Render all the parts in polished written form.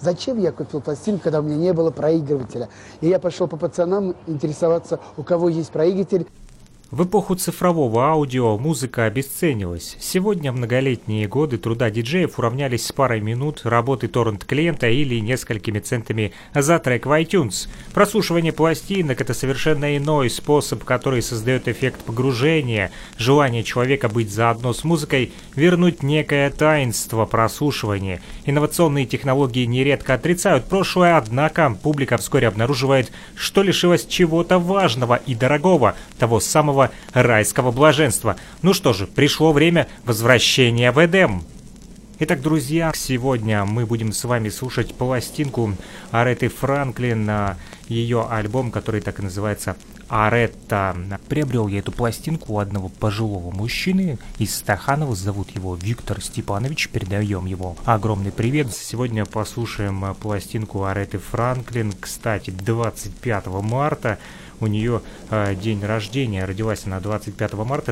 Зачем я купил пластинку, когда у меня не было проигрывателя? И я пошел по пацанам интересоваться, у кого есть проигрыватель. В эпоху цифрового аудио музыка обесценилась. Сегодня многолетние годы труда диджеев уравнялись с парой минут работы торрент-клиента или несколькими центами за трек в iTunes. Прослушивание пластинок — это совершенно иной способ, который создает эффект погружения, желание человека быть заодно с музыкой, вернуть некое таинство прослушивания. Инновационные технологии нередко отрицают прошлое, однако публика вскоре обнаруживает, что лишилась чего-то важного и дорогого, того самого райского блаженства. Ну что же, пришло время возвращения в Эдем. Итак, друзья, сегодня мы будем с вами слушать пластинку Ареты Франклин, ее альбом, который так и называется «Аретта». Приобрел я эту пластинку у одного пожилого мужчины из Стаханова, зовут его Виктор Степанович, передаем его огромный привет. Сегодня послушаем пластинку Ареты Франклин, кстати, 25 марта. У нее день рождения, родилась она 25 марта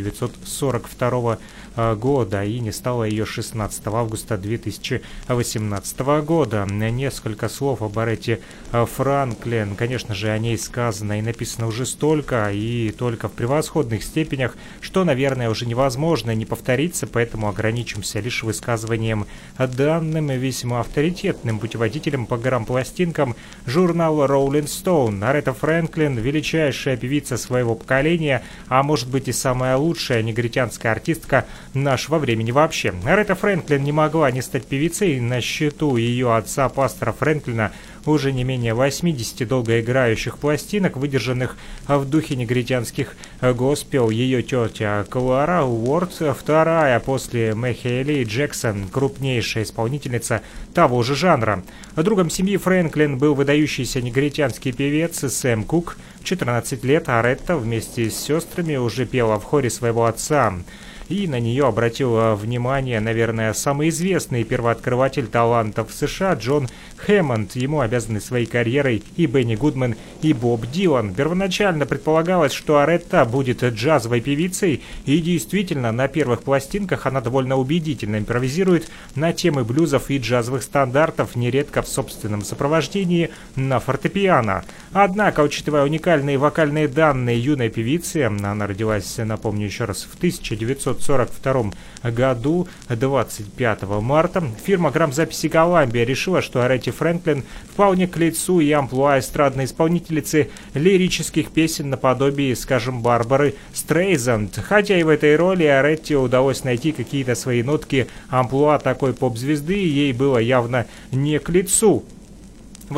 1942 года и не стало ее 16 августа 2018 года. Несколько слов об Арете Франклин. Конечно же, о ней сказано и написано уже столько, и только в превосходных степенях, что, наверное, уже невозможно не повториться, поэтому ограничимся лишь высказыванием данным весьма авторитетным путеводителем по грамм-пластинкам журнала Rolling Stone. Арета Франклин — величайшая певица своего поколения, а может быть и самая лучшая негритянская артистка нашего времени вообще. Арета Франклин не могла не стать певицей. На счету ее отца, пастора Франклина, уже не менее 80 долгоиграющих пластинок, выдержанных в духе негритянских госпел. Ее тетя Клара Уорд, вторая после Мэхейли Джексон, крупнейшая исполнительница того же жанра. Другом семьи Франклин был выдающийся негритянский певец Сэм Кук. В 14 лет Аретта вместе с сестрами уже пела в хоре своего отца. И на нее обратил внимание, наверное, самый известный первооткрыватель талантов в США Джон Хэммонд. Ему обязаны своей карьерой и Бенни Гудман, и Боб Дилан. Первоначально предполагалось, что Аретта будет джазовой певицей, и действительно, на первых пластинках она довольно убедительно импровизирует на темы блюзов и джазовых стандартов, нередко в собственном сопровождении на фортепиано. Однако, учитывая уникальные вокальные данные юной певицы, она родилась, напомню еще раз, в 1942 году, 25 марта, фирма грамзаписи Columbia решила, что Арете Франклин вполне к лицу и амплуа эстрадной исполнительницы лирических песен наподобие, скажем, Барбары Стрейзанд. Хотя и в этой роли Аретте удалось найти какие-то свои нотки, амплуа такой поп-звезды ей было явно не к лицу. В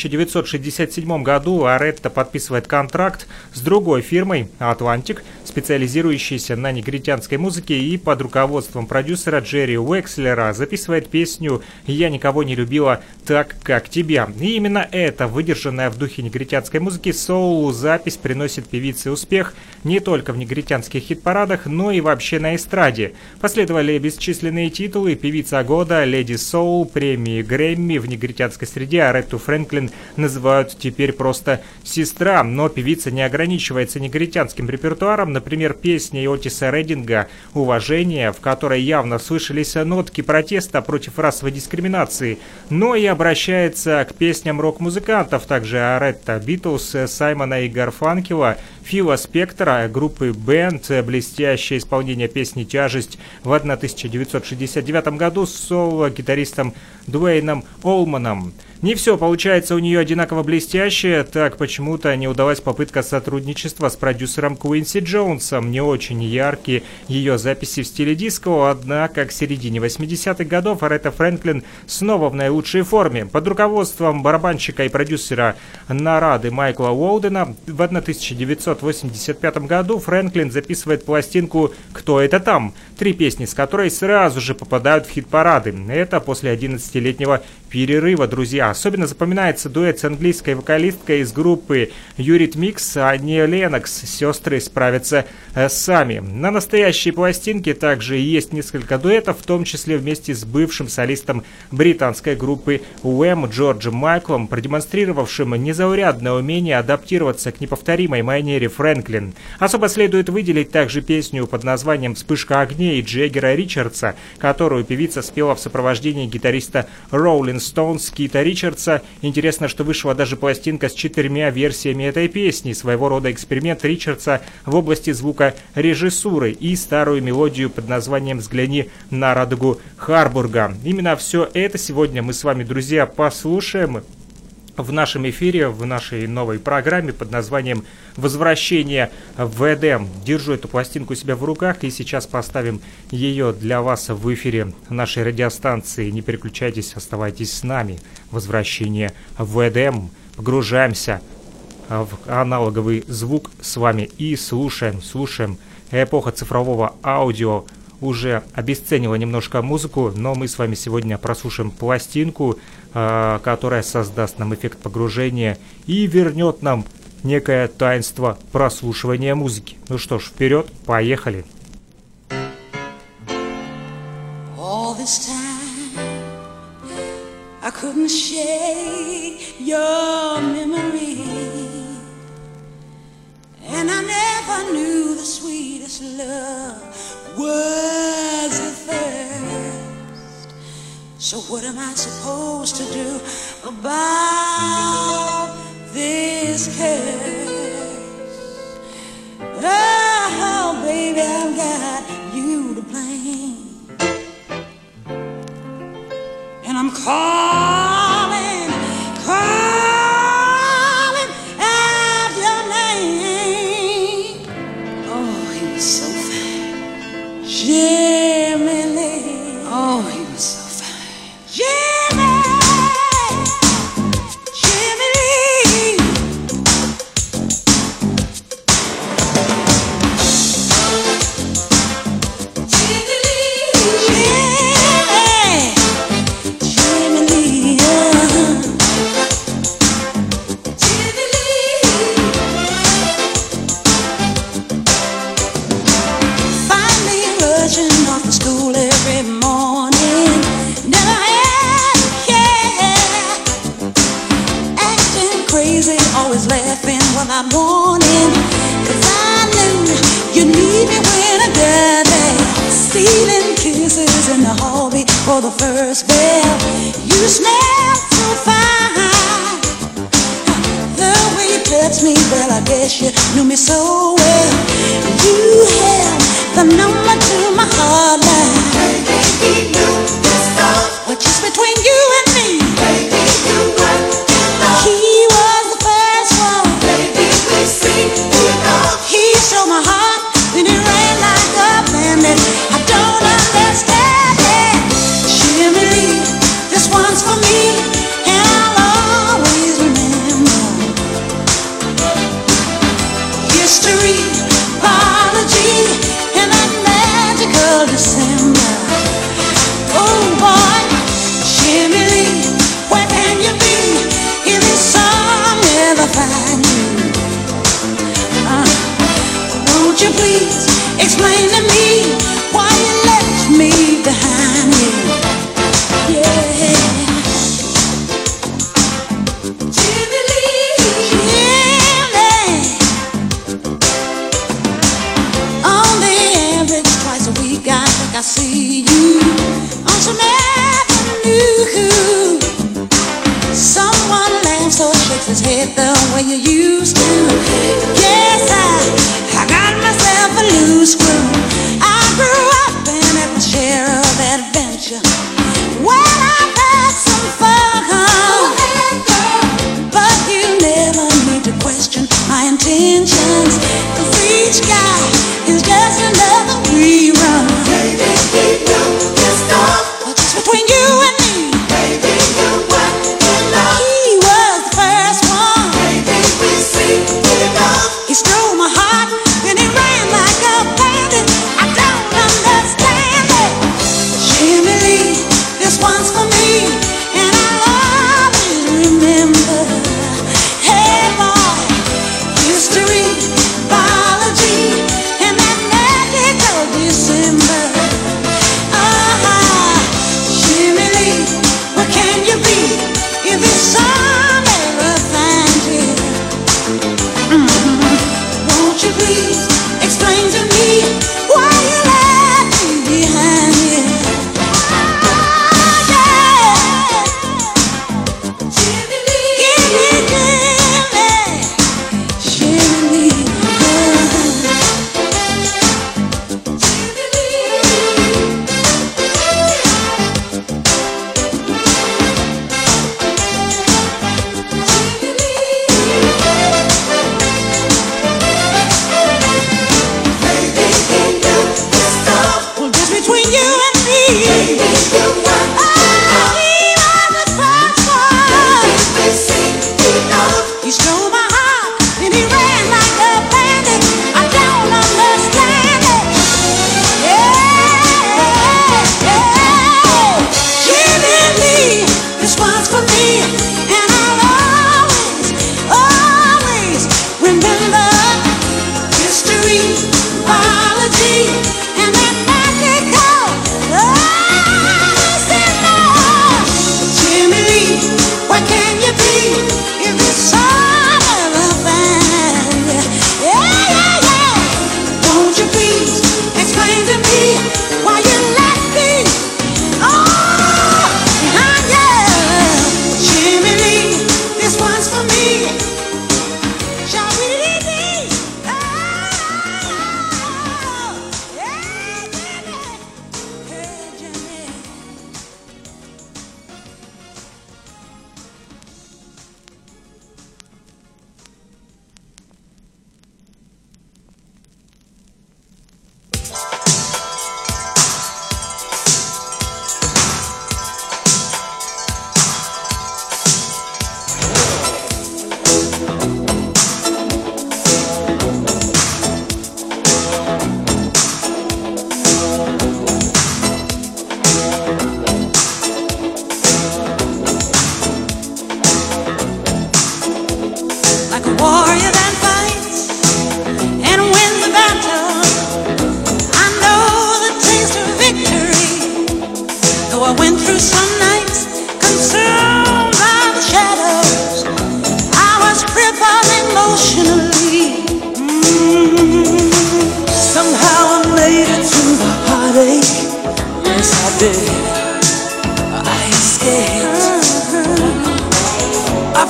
1967 году Аретта подписывает контракт с другой фирмой «Атлантик», специализирующейся на негритянской музыке, и под руководством продюсера Джерри Уэкслера записывает песню «Я никого не любила так, как тебя». И именно эта, выдержанная в духе негритянской музыки, соул-запись приносит певице успех не только в негритянских хит-парадах, но и вообще на эстраде. Последовали бесчисленные титулы: «Певица года», «Леди Соул», премии Грэмми. В негритянской среде Аретту Франклин называют теперь просто «сестра», но певица не ограничивается негритянским репертуаром. Например, песня Отиса Реддинга «Уважение», в которой явно слышались нотки протеста против расовой дискриминации, но и обращается к песням рок-музыкантов, также Аретта, Битлз, Саймона и Гарфанкела, Фила Спектора, группы Бэнд, блестящее исполнение песни «Тяжесть» в 1969 году с соло-гитаристом Дуэйном Олманом. Не все получается у нее одинаково блестяще, так почему-то не удалась попытка сотрудничества с продюсером Куинси Джонсом. Не очень яркие ее записи в стиле диско, однако к середине 80-х годов Арета Франклин снова в наилучшей форме. Под руководством барабанщика и продюсера Нарады Майкла Уолдена в 1985 году Франклин записывает пластинку «Кто это там?», 3 песни с которой сразу же попадают в хит-парады. Это после 11-летнего перерыва, друзья. Особенно запоминается дуэт с английской вокалисткой из группы Eurythmics, а не Ленокс. Сестры справятся сами. На настоящей пластинке также есть несколько дуэтов, в том числе вместе с бывшим солистом британской группы Уэм Джорджем Майклом, продемонстрировавшим незаурядное умение адаптироваться к неповторимой манере Франклин. Особо следует выделить также песню под названием «Вспышка огней», Джимми и Джеггера Ричардса, которую певица спела в сопровождении гитариста Rolling Stones Кита Ричардса. Интересно, что вышла даже пластинка с 4 версиями этой песни, своего рода эксперимент Ричардса в области звукорежиссуры, и старую мелодию под названием «Взгляни на радугу Харбурга». Именно все это сегодня мы с вами, друзья, послушаем в нашем эфире, в нашей новой программе под названием «Возвращение в Эдем». Держу эту пластинку у себя в руках, и сейчас поставим ее для вас в эфире нашей радиостанции. Не переключайтесь, оставайтесь с нами. «Возвращение в Эдем». Погружаемся в аналоговый звук с вами и слушаем. Эпоха цифрового аудио уже обесценила немножко музыку, но мы с вами сегодня прослушаем пластинку, которая создаст нам эффект погружения и вернет нам некое таинство прослушивания музыки. Ну что ж, вперед, поехали! All this time I couldn't shake your memory, and I never knew the sweetest love was at first. So what am I supposed to do about this curse? Oh, baby, I've got you to blame, and I'm calling out your name. Oh, he was so fine, Jimmy Lee. Oh, he was so fine, Jimmy Lee. Always laughing while I'm warning, 'cause I knew you need me when I got there. Stealing kisses in the hall before the first bell. You smell so fine, the way you touch me, well, I guess you knew me so well. You held the number to my hotline. Baby, we knew this love was just between you and me. Baby, you were in love. He was the first one. Baby, we see you know. He stole my heart and he ran like a bandit. I don't understand it. Jimmy Lee, this one's for me, and I'll always remember. History, biology, and that magical December. Oh boy, Jimmy Lee, where can you be if this song never find you? Won't you please explain to me why you left me behind you? Yeah, Jimmy Lee, Jimmy. On the average, twice a week I think I see you on some avenue. Someone laughs or shakes his head the way you used to. Yes, I got myself a loose screw. I grew up and had my share of adventure. Well, I've had some fun, but you never need to question my intentions, 'cause each guy is just another rerun. Baby, we knew this love was just between you and me. Baby, you were in love. He was the first one. Baby, we see you know. He stole my heart and he ran like a bandit. I don't understand it. Jimmy Lee, this one's for me, and I'll always remember. Hey boy, history, biology, and that magical December. Jimmy Lee, where can you be if this song never finds you? Won't you please explain to me why you left me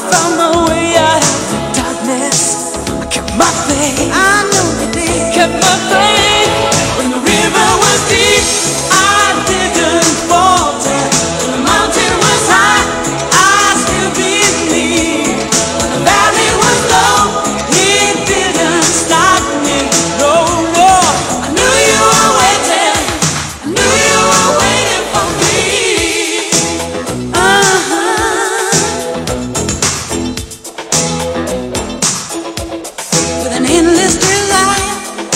found my way out of the darkness. I kept my faith. I know you did. Kept my faith. When the river was deep, I didn't falter. When the mountain was high, I still believed. When the valley was low, it didn't stop me. No, no. I knew you were waiting. I knew you were waiting for me. With an endless desire,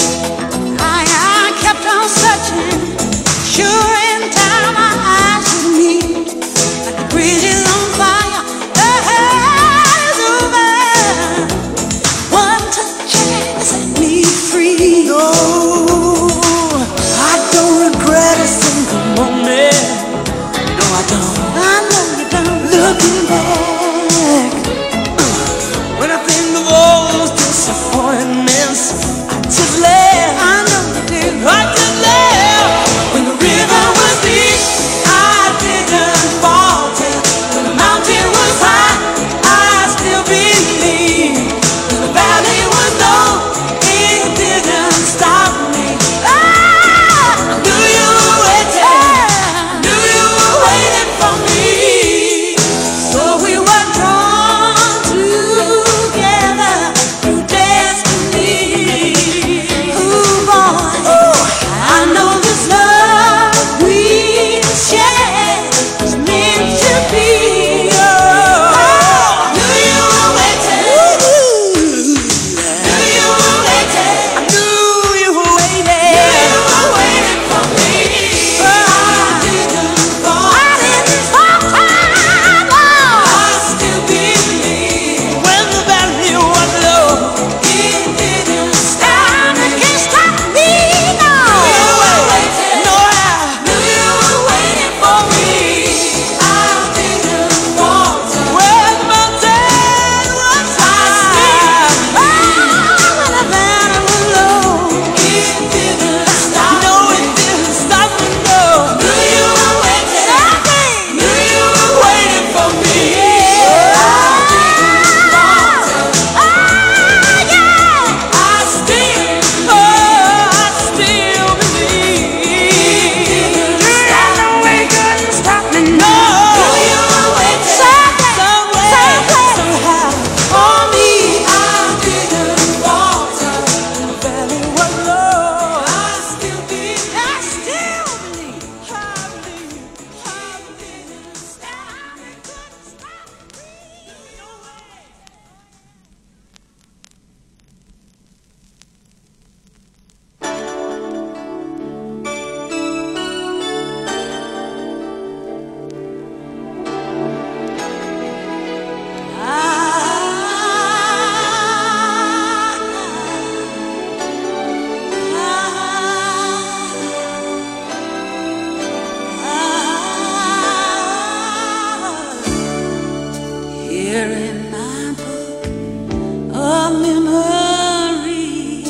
I kept on searching. Sure, in time our eyes would meet. Like the bridge is on fire, the hell is over. One touch and set me free. No, I don't regret a single moment. No, I don't. I know you don't. Looking back, when I think of all those disappointments, I just laugh. I know you did. I just laugh. When the river was deep, I didn't falter. When the mountain was high, I still believed. When the valley was low, it didn't stop me. I knew you were waiting. Knew you were waiting for me. So we were drawn together through destiny. Ooh, boy, I know this love we share is meant to be. Knew you were waiting. Knew you were waiting. I knew you were waiting. You were waiting for me. I didn't falter. I still believe. When the valley was low, it didn't stop me. Can't stop me, no. Knew you were waiting. No, I knew you were waiting for me. I didn't falter. When the mountain was high, when the valley was low, it didn't stop me. No, it didn't stop me, no. Knew you were waiting. Knew you were waiting for me. I didn't falter. I still believe. No way couldn't stop me, no. Knew you were waiting. Somewhere, somehow, for me. I didn't falter. The valley was low. I still believe. I still believe. I didn't stop me. Couldn't stop me. No way. Here in my book of memories,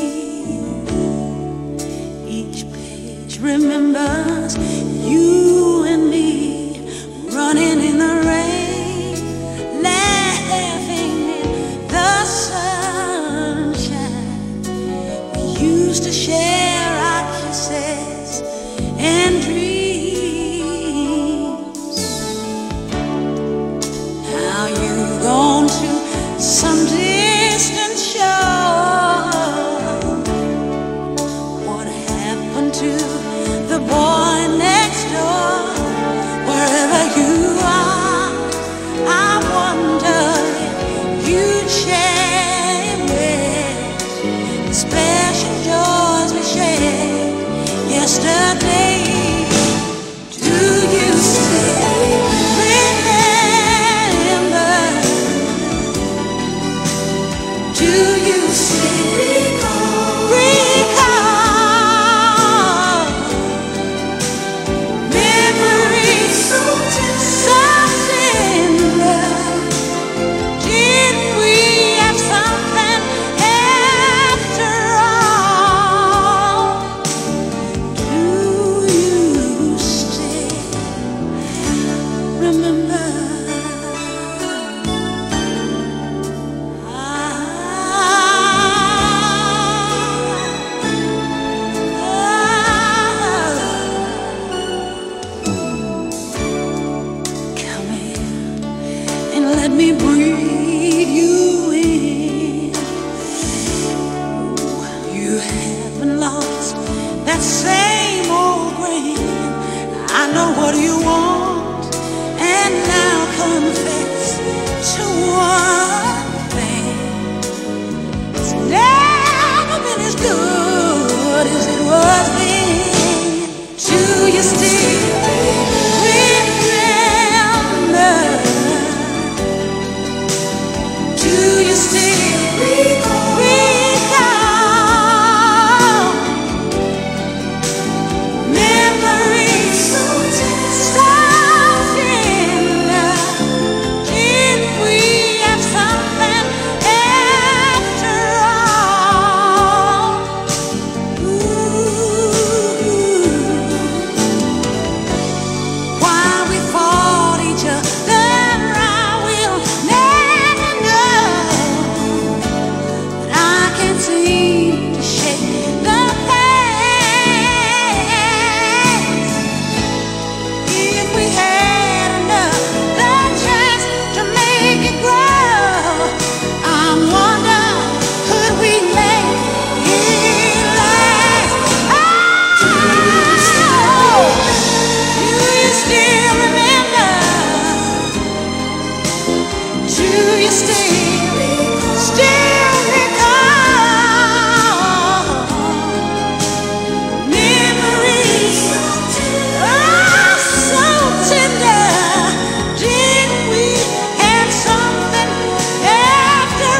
each page remembers you and me running in the rain, laughing in the sunshine. We used to share our kisses and dreams. Now you've gone to some distant shore. What happened to the boy next door? Wherever you are, I wonder if you'd share with the special joys we shared yesterday. Do you still remember me breathe you in. You haven't lost that same old grin. I know what you want, and now confess to one thing. It's never been as good as it was then. Do you still remember? Do you still recall memories so tender? Did we have something after all? Ooh. Why we fought each other, I will never know. But I can't seem to shake the past. If we had another chance to make it grow, I wonder, could we make it last? Oh, do you still remember? Do you still recall memories? Oh, so tender. Did we have something after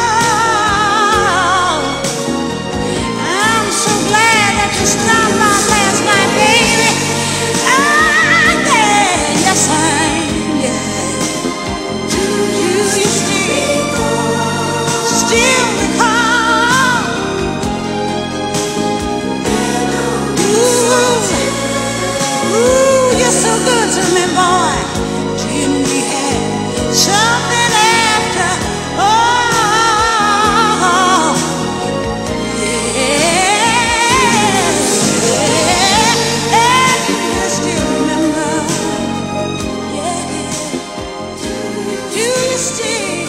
all? I'm so glad that you stopped by last night, baby. Ah, yeah, yes I am. Yeah. Do you still recall? Ooh, you're so good to me, boy. Didn't we have something after all? Yeah, do you still remember? Yeah, do you still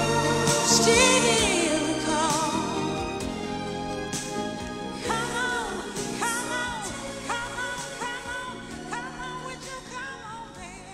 recall? Come on, come on, come on, come on, come on, would you come on, baby?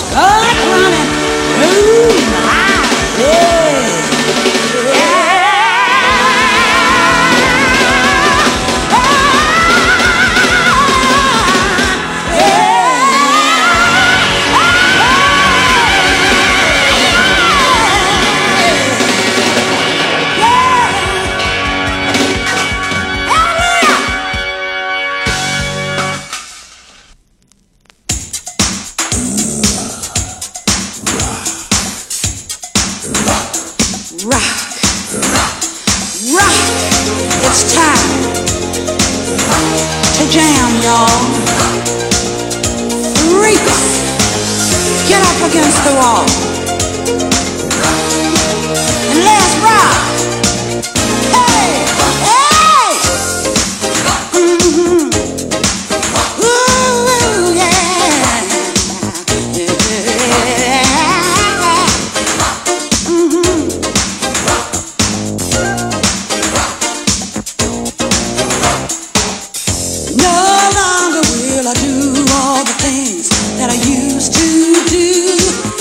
start running through my head. It's time to jam, y'all. Freak, get up against the wall and let's rock. Hey, hey, mm-hmm. Ooh, yeah, yeah, mm-hmm. No longer will I do all the things that I used to do.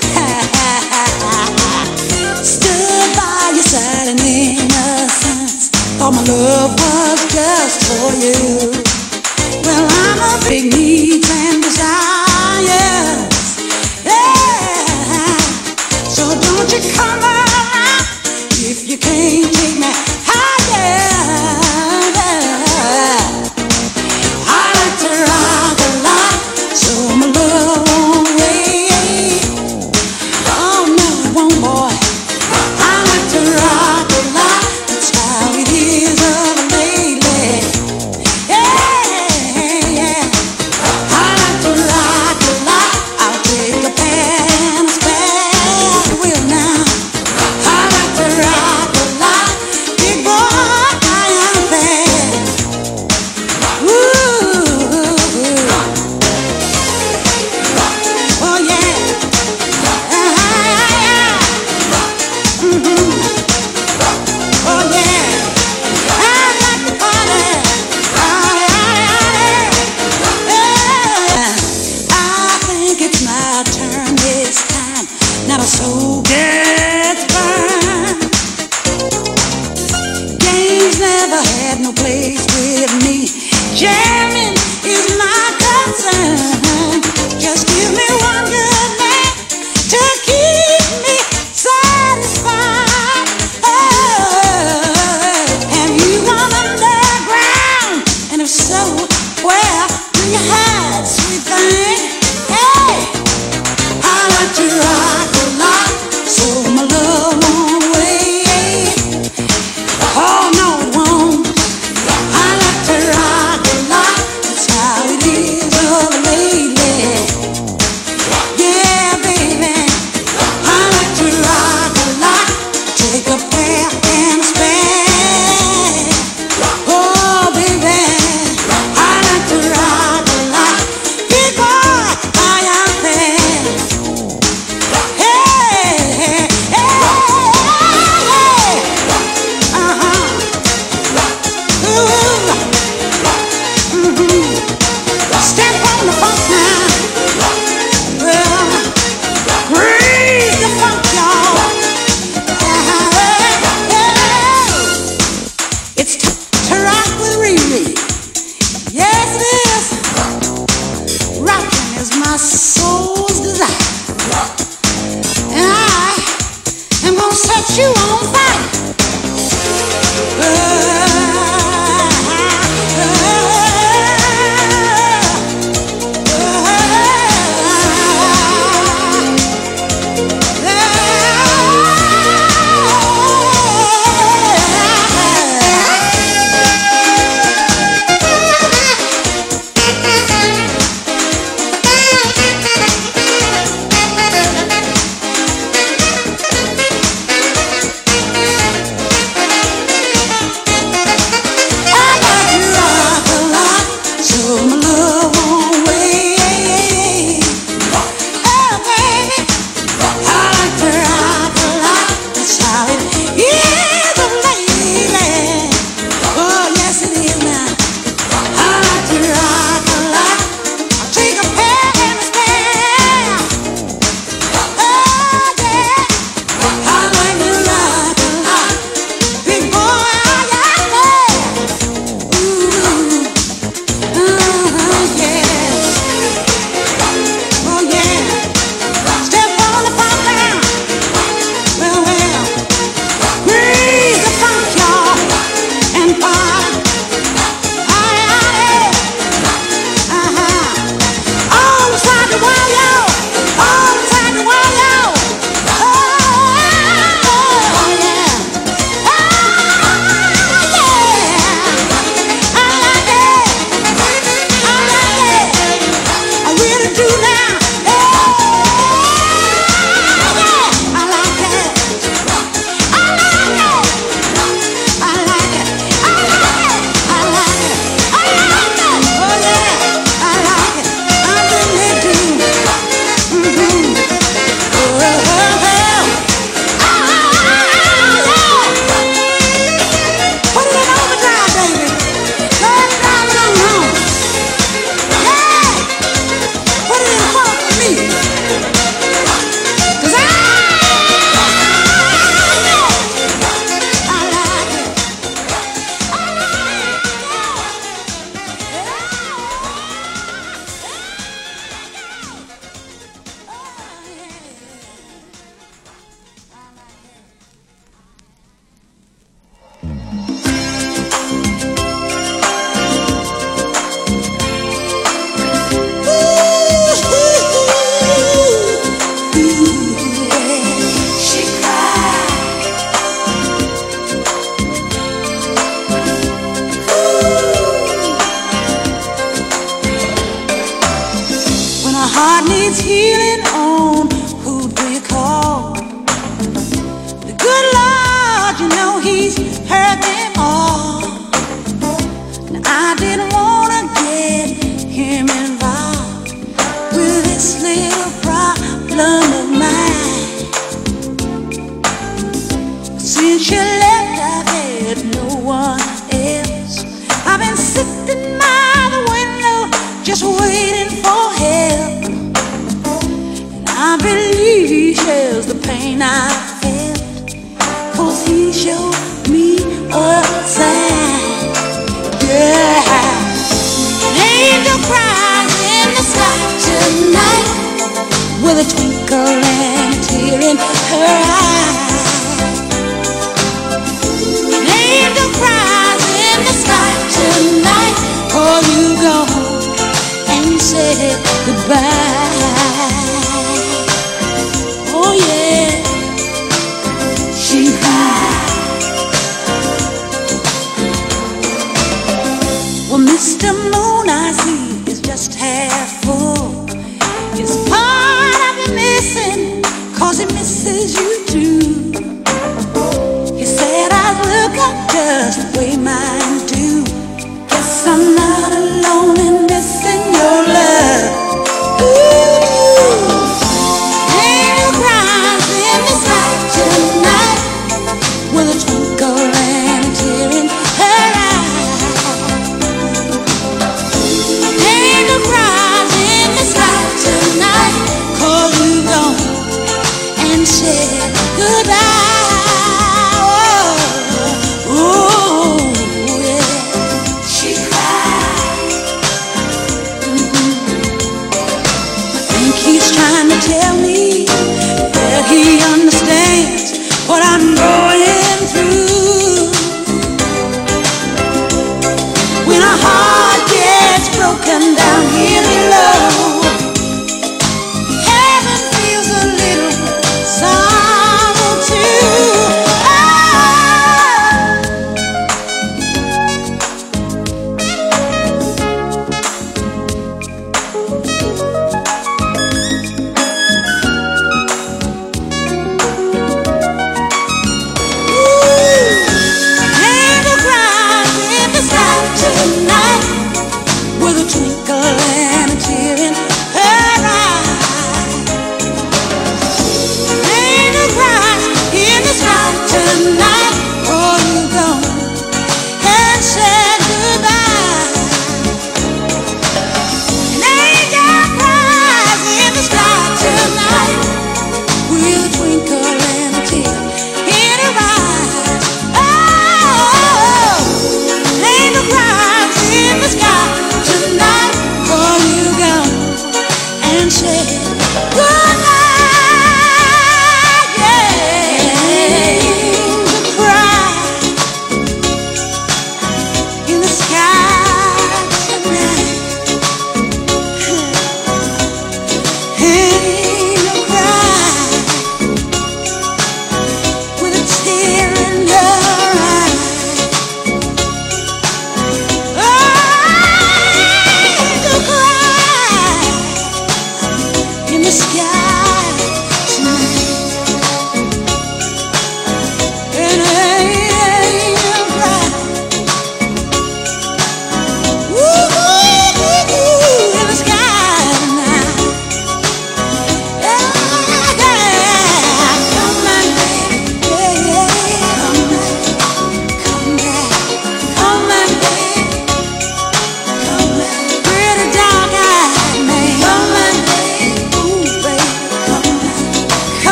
Stood by your side in innocence, thought my love was just for you. Well, I'm a big needs and desires, yeah. So don't you come around if you can't take me higher. So my love won't wait. Oh no, it won't, boy. I like to rock a lot. That's how it is of lately. Yeah. Heaven feels a little sorrow too.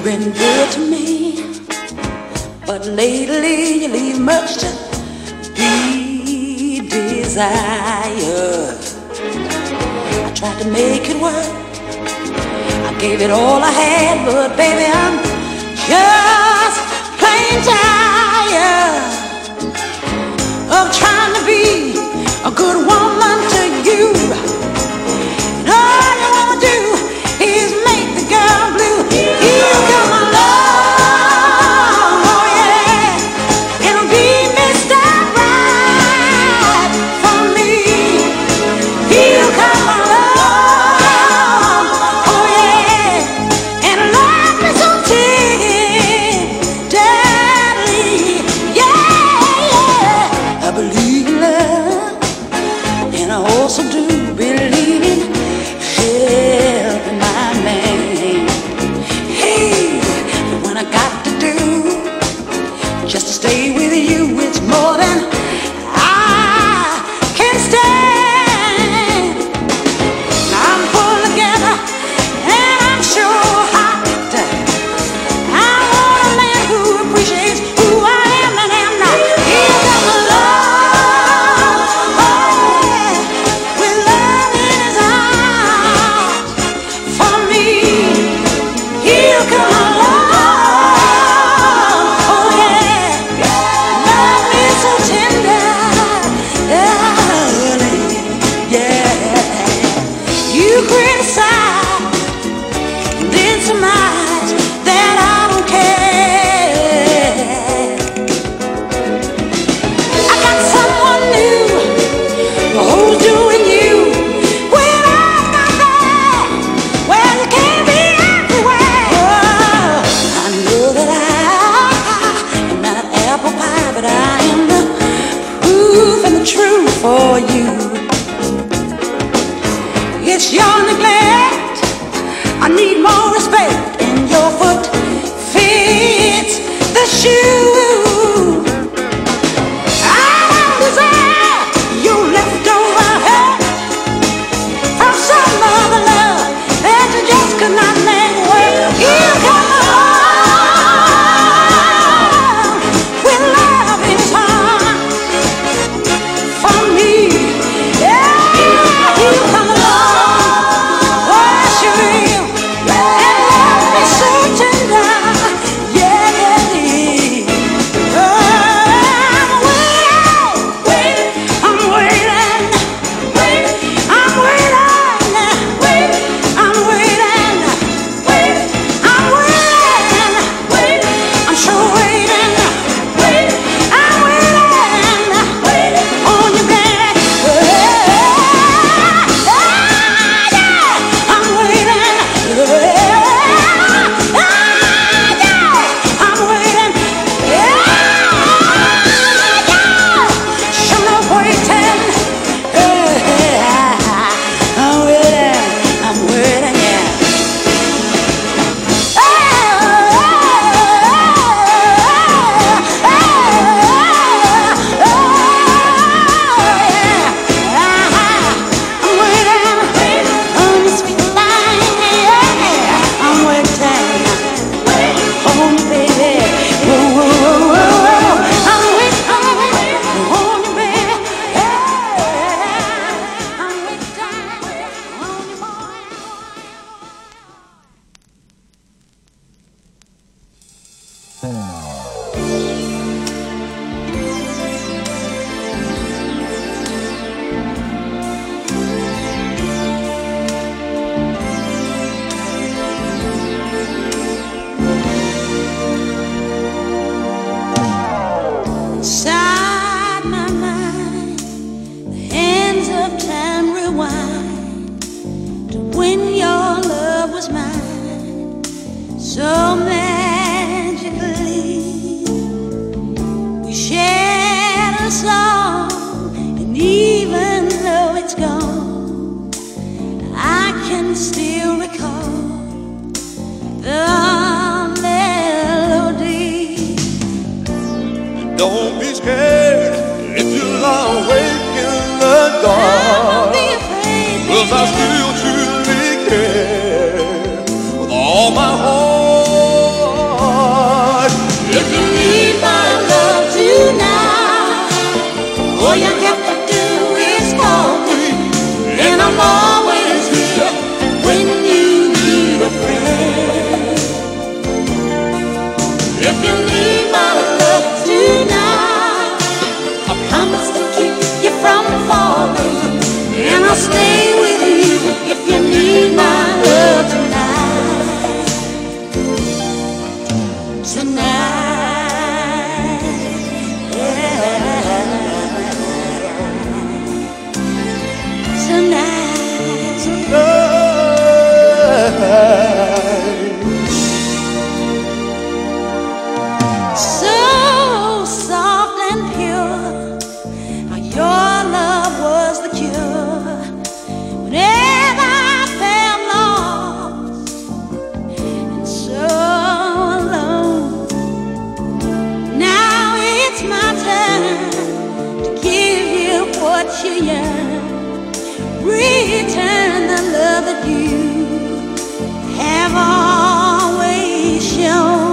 been good to me, but lately you leave much to be desired. I tried to make it work, I gave it all I had, but baby, I'm just plain tired of trying to be a good woman to you. And all you wanna do is make the girl blue. You come along, oh yeah, and be Mr. Right for me. You come along, oh yeah, and love me so tenderly, yeah. I believe in love, and I also do believe in helping my man. Hey, but when I got to do just to stay with you, it's more than I can stand. Now I'm pulling together and I'm sure hot. I want a man who appreciates who I am and am not. He'll come along, oh yeah, with love in his arms for me. He'll come along, oh yeah, love me so tender, yeah. You criticize, then surmise that I don't care. I got someone new who's doing you when I'm not there. Well, you can't be everywhere. I know that I am not apple pie, but I am the proof and the truth for you. It's your neglect, I need more respect, and your foot fits the shoe. I don't deserve your leftover hurt from some other love that you just could not make work. You come along with love in his arms for me. Yeah, you come along, oh yes you will, and love me so tender. Yeah, yeah, yeah. Oh, I'm waiting, I'm waiting, I'm waiting, I'm waiting, I'm waiting, I'm sure waiting, I'm waiting on you, baby. I'm waiting, I'm waiting, sure enough waiting. I'm waiting, yeah. I'm waiting on the sweet line, yeah. I'm waiting on you, baby. Whoa, whoa, whoa, whoa. I'm waiting on you, baby. I'm waiting on you, boy. Inside my mind, the hands of time rewind to when your love was mine. So magically, we shared a song, and even though it's gone, I can still recall the melody. Don't be scared if you lie awake in the dark, Don't be afraid, 'cause I still truly care with all my heart. tonight. Yeah. Tonight. So soft and pure, your love was the cure. Whenever I felt lost and so alone, now it's my time to give you what you yearn. Return the love that you have always shown.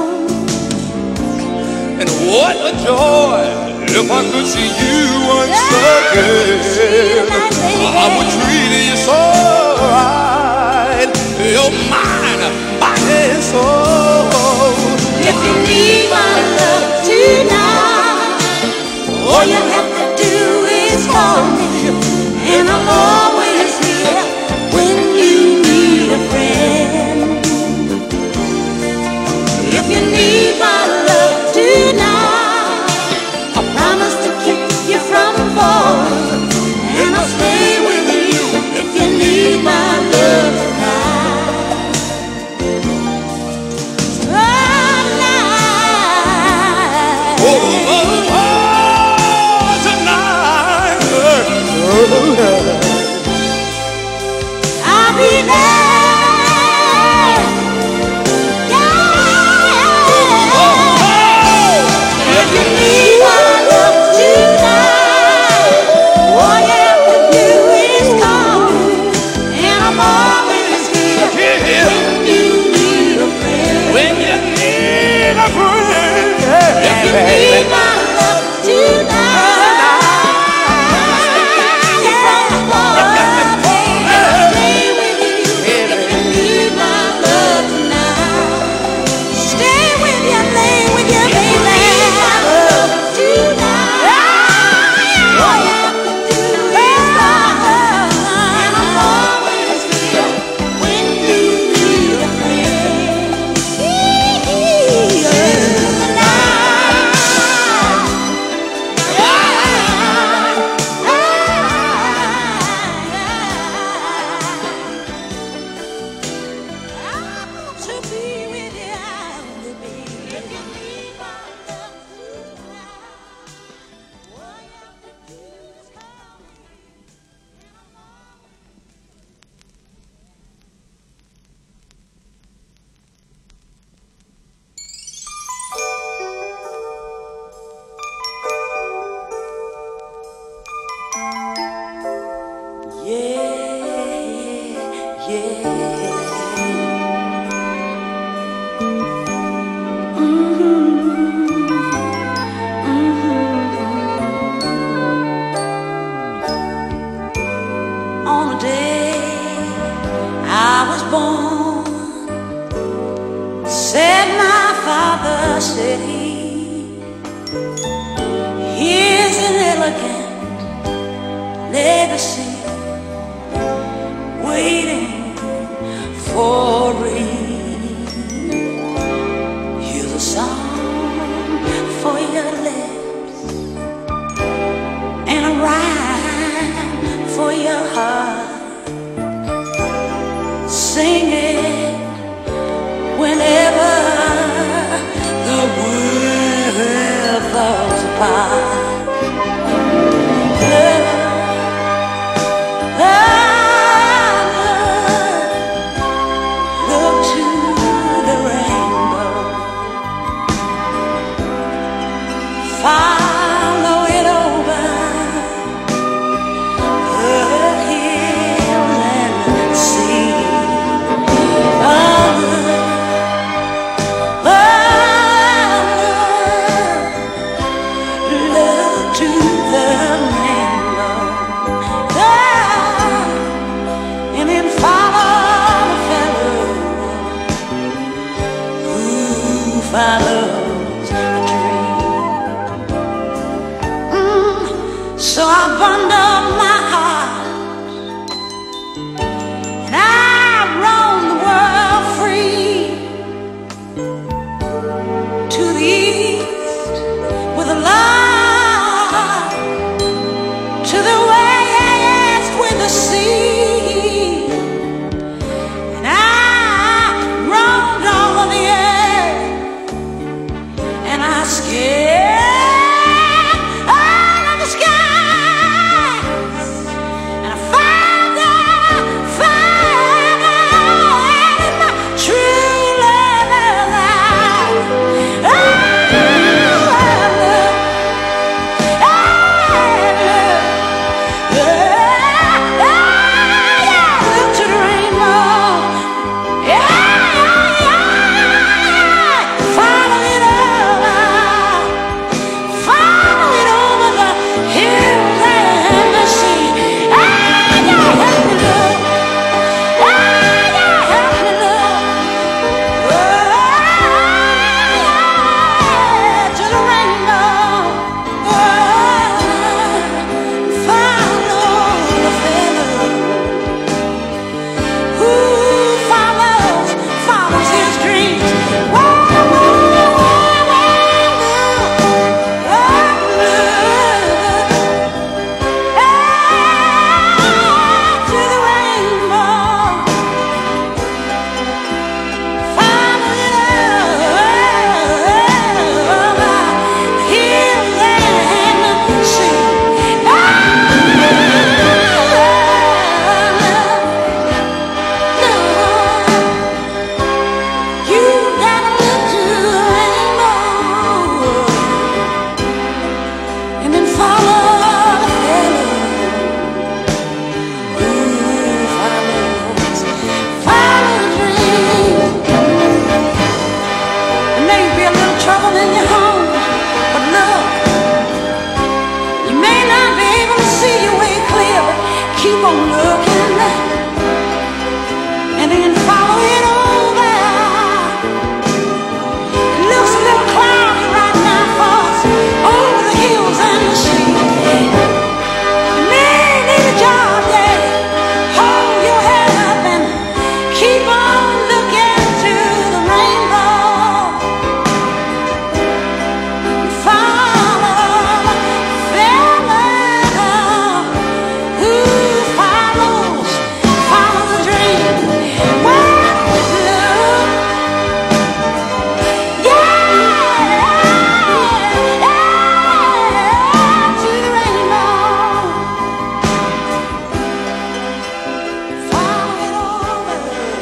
And what a joy if I could see you once again. I would treat you so right. You're mine, body and soul. If you need my love tonight, all you have to do is call me, and I'm always here when you need a friend. If you need my love tonight, I promise to keep you from falling, and I'll stay with you if you need my love tonight. Tonight. Oh, tonight. I'll be there. Yeah. If you need my love tonight, all you have to do is call me, and I'm always here when you need a friend. When you need a friend. If you need my love tonight, on the day I was born, said my father, said he, here's an elegant legacy waiting for read. Here's a song for your lips and a rhyme for your heart. Sing it whenever the world falls apart. Look to the rainbow, follow it over the hill and sea. to the east with a light to the west with the sea. And I roamed all of the earth and I scared all of the skies and I found my true love alive. Oh, look to the rainbow. Follow it over. Follow it over the hills and the sea. Help me, Lord. Help me, Lord. To the rainbow. Follow the fellow who follows his dreams. To the rainbow. Follow it over hills and the sea. You gotta look to the rainbow and then follow the fellow who follow the dream. There may be a little trouble in your home, but look, you may not be able to see your way clear, but keep on looking and then follow it over. It looks a little cloudy right now for us over the hills and the sea. You may need a job, yeah. Hold your head up and keep on looking to the rainbow. Follow the fellow who follows the dream. With love, to the rainbow. Follow it over.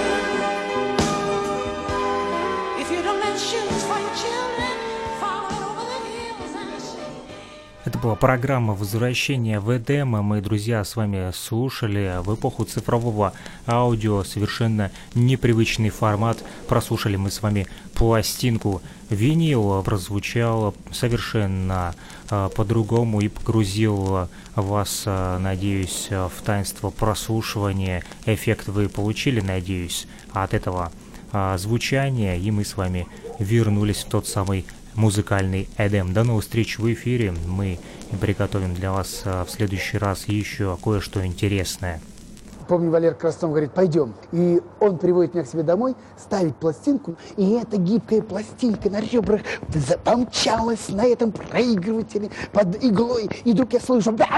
If you don't make shoes for your children, follow it over the hills and the sea. Это была программа «Возвращение в Эдем». Мы, друзья, с вами слушали в эпоху цифрового аудио совершенно непривычный формат. Прослушали мы с вами пластинку. Винил прозвучал совершенно по-другому и погрузил вас, надеюсь, в таинство прослушивания. Эффект вы получили, надеюсь, от этого звучания. И мы с вами вернулись в тот самый музыкальный Эдем. До новых встреч в эфире. Мы приготовим для вас в следующий раз еще кое-что интересное. Помню, Валер Краснов говорит, пойдем. И он приводит меня к себе домой, ставит пластинку, и эта гибкая пластинка на ребрах помчалась на этом проигрывателе под иглой. И вдруг я слышу... Я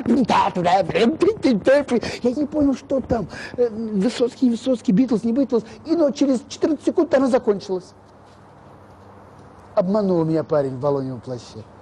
не понял, что там. Высоцкий, Битлз, не Битлз. Но через 14 секунд она закончилась. Обманул меня парень в волоневом плаще.